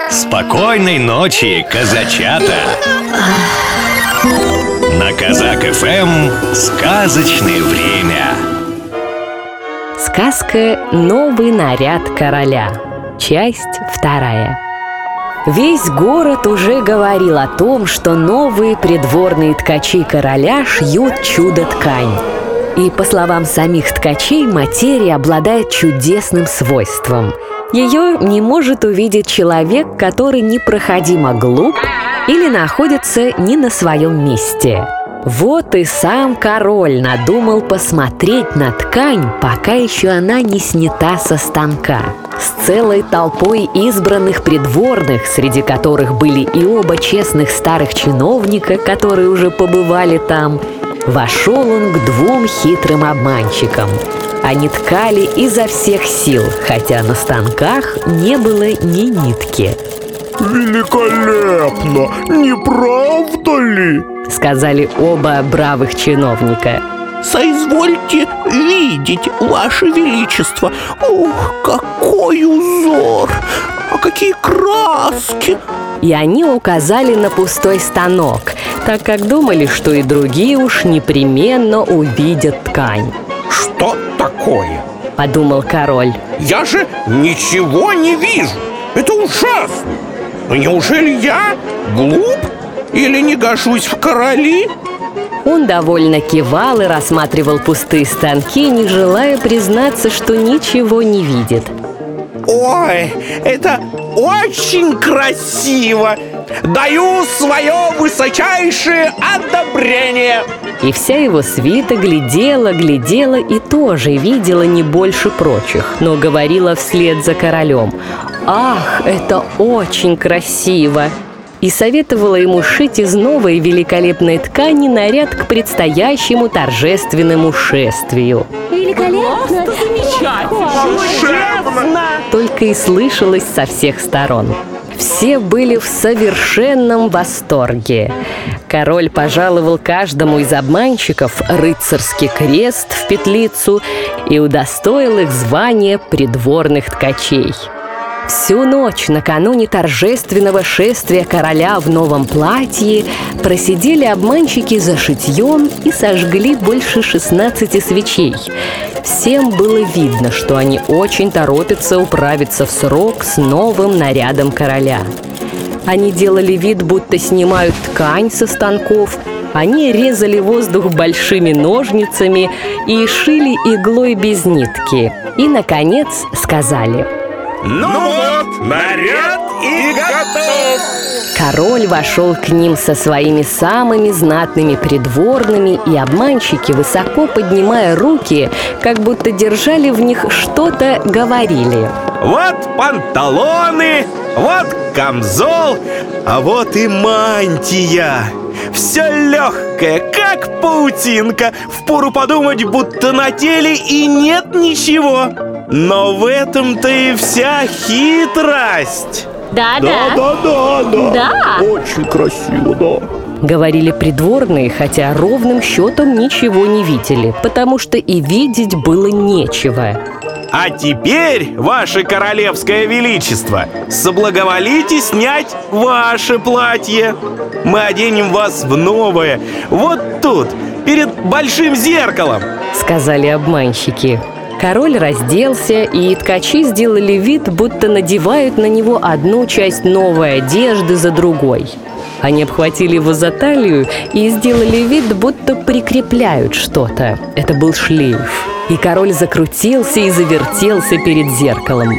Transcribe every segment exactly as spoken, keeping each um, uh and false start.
Спокойной ночи, казачата! На Казак эф эм сказочное время. Сказка «Новый наряд короля». Часть вторая. Весь город уже говорил о том, что новые придворные ткачи короля шьют чудо-ткань. И, по словам самих ткачей, материя обладает чудесным свойством. Ее не может увидеть человек, который непроходимо глуп или находится не на своем месте. Вот и сам король надумал посмотреть на ткань, пока еще она не снята со станка. С целой толпой избранных придворных, среди которых были и оба честных старых чиновника, которые уже побывали там, вошел он к двум хитрым обманщикам. Они ткали изо всех сил, хотя на станках не было ни нитки. «Великолепно! Не правда ли?» — сказали оба бравых чиновника. «Соизвольте видеть, Ваше Величество! Ух, какой узор! А какие краски!» И они указали на пустой станок, так как думали, что и другие уж непременно увидят ткань. «Что такое?» — подумал король. «Я же ничего не вижу! Это ужасно! Но неужели я глуп или не гожусь в короли?» Он довольно кивал и рассматривал пустые станки, не желая признаться, что ничего не видит. «Ой, это очень красиво! Даю свое высочайшее одобрение!» И вся его свита глядела, глядела и тоже видела не больше прочих, но говорила вслед за королем: «Ах, это очень красиво!» И советовала ему шить из новой великолепной ткани наряд к предстоящему торжественному шествию. Великолепно! Волшебно! Только и слышалось со всех сторон. Все были в совершенном восторге. Король пожаловал каждому из обманщиков рыцарский крест в петлицу и удостоил их звания придворных ткачей. Всю ночь накануне торжественного шествия короля в новом платье просидели обманщики за шитьем и сожгли больше шестнадцати свечей. Всем было видно, что они очень торопятся управиться в срок с новым нарядом короля. Они делали вид, будто снимают ткань со станков, они резали воздух большими ножницами и шили иглой без нитки. И, наконец, сказали: «Ну вот, наряд и готов!» Король вошел к ним со своими самыми знатными придворными, и обманщики, высоко поднимая руки, как будто держали в них что-то, говорили: «Вот панталоны, вот камзол, а вот и мантия! Все легкое, как паутинка. Впору подумать, будто на теле и нет ничего. Но в этом-то и вся хитрость!» Да, Да, да, да, да, да. Да. Очень красиво, да. Говорили придворные, хотя ровным счетом ничего не видели, потому что и видеть было нечего. А теперь, ваше королевское величество, соблаговолите снять ваше платье. Мы оденем вас в новое, вот тут, перед большим зеркалом, сказали обманщики. Король разделся, и ткачи сделали вид, будто надевают на него одну часть новой одежды за другой. Они обхватили его за талию и сделали вид, будто прикрепляют что-то. Это был шлейф. И король закрутился и завертелся перед зеркалом.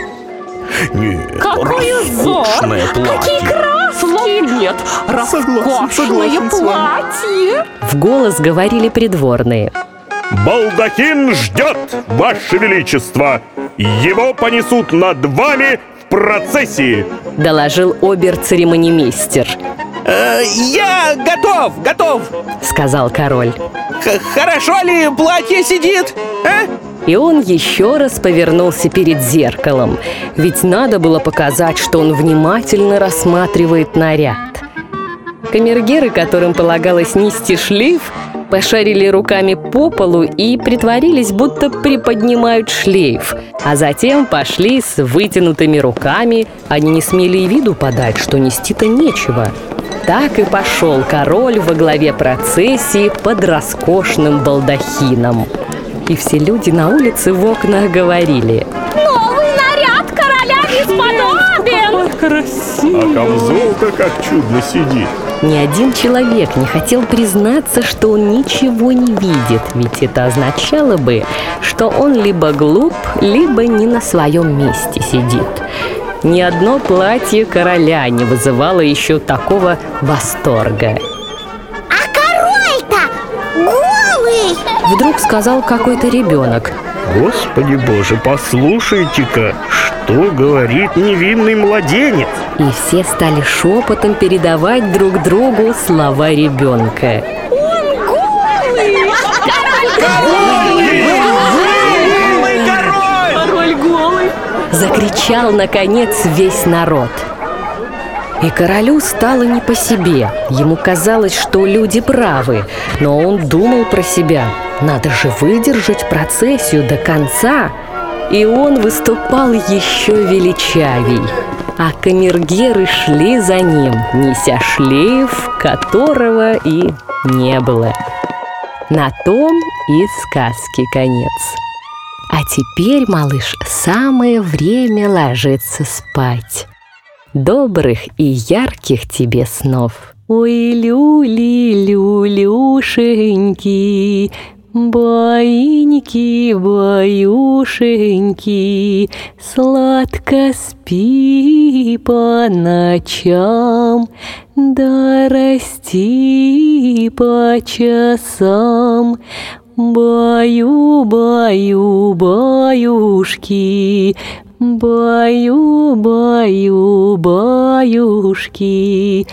Нет, какой узор! роскошное Какие платье. краски! Нет, роскошное согласен с вами. платье! В голос говорили придворные. «Балдахин ждет, Ваше Величество! Его понесут над вами в процессии!» — доложил обер-церемонимейстер. э, «Я готов, готов!» — сказал король. Х Хорошо ли платье сидит, а?» И он еще раз повернулся перед зеркалом, ведь надо было показать, что он внимательно рассматривает наряд. Камергеры, которым полагалось нести шлейф, пошарили руками по полу и притворились, будто приподнимают шлейф. А затем пошли с вытянутыми руками. Они не смели и виду подать, что нести-то нечего. Так и пошел король во главе процессии под роскошным балдахином. И все люди на улице в окнах говорили: Новый наряд короля бесподобен! А камзол-то как чудно сидит. Ни один человек не хотел признаться, что он ничего не видит, ведь это означало бы, что он либо глуп, либо не на своем месте сидит. Ни одно платье короля не вызывало еще такого восторга. А король-то голый! Вдруг сказал какой-то ребенок. Господи боже, послушайте-ка, что говорит невинный младенец. И все стали шепотом передавать друг другу слова ребенка. Он голый! Король голый! Закричал, наконец, весь народ. И королю стало не по себе. Ему казалось, что люди правы, но он думал про себя: надо же выдержать процессию до конца. И он выступал еще величавей. А камергеры шли за ним, неся шлейф, которого и не было. На том и сказки конец. А теперь, малыш, самое время ложиться спать. Добрых и ярких тебе снов. Ой, люли, люлюшеньки, баиньки, баюшеньки, сладко спи по ночам, да расти по часам. Баю, баю, баюшки, баю, баю, баюшки,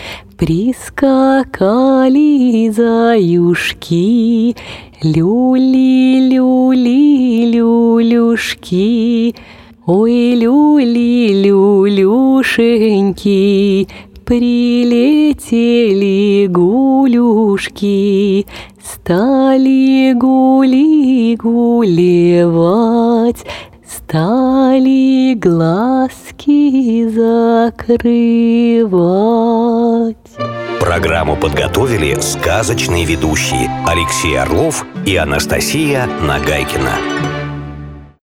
прискакали заюшки, люли, люли, люлюшки, ой, люли, люлюшеньки, прилетели гулюшки, стали гули гулевать, стали глазки закрывать. Программу подготовили сказочные ведущие Алексей Орлов и Анастасия Нагайкина.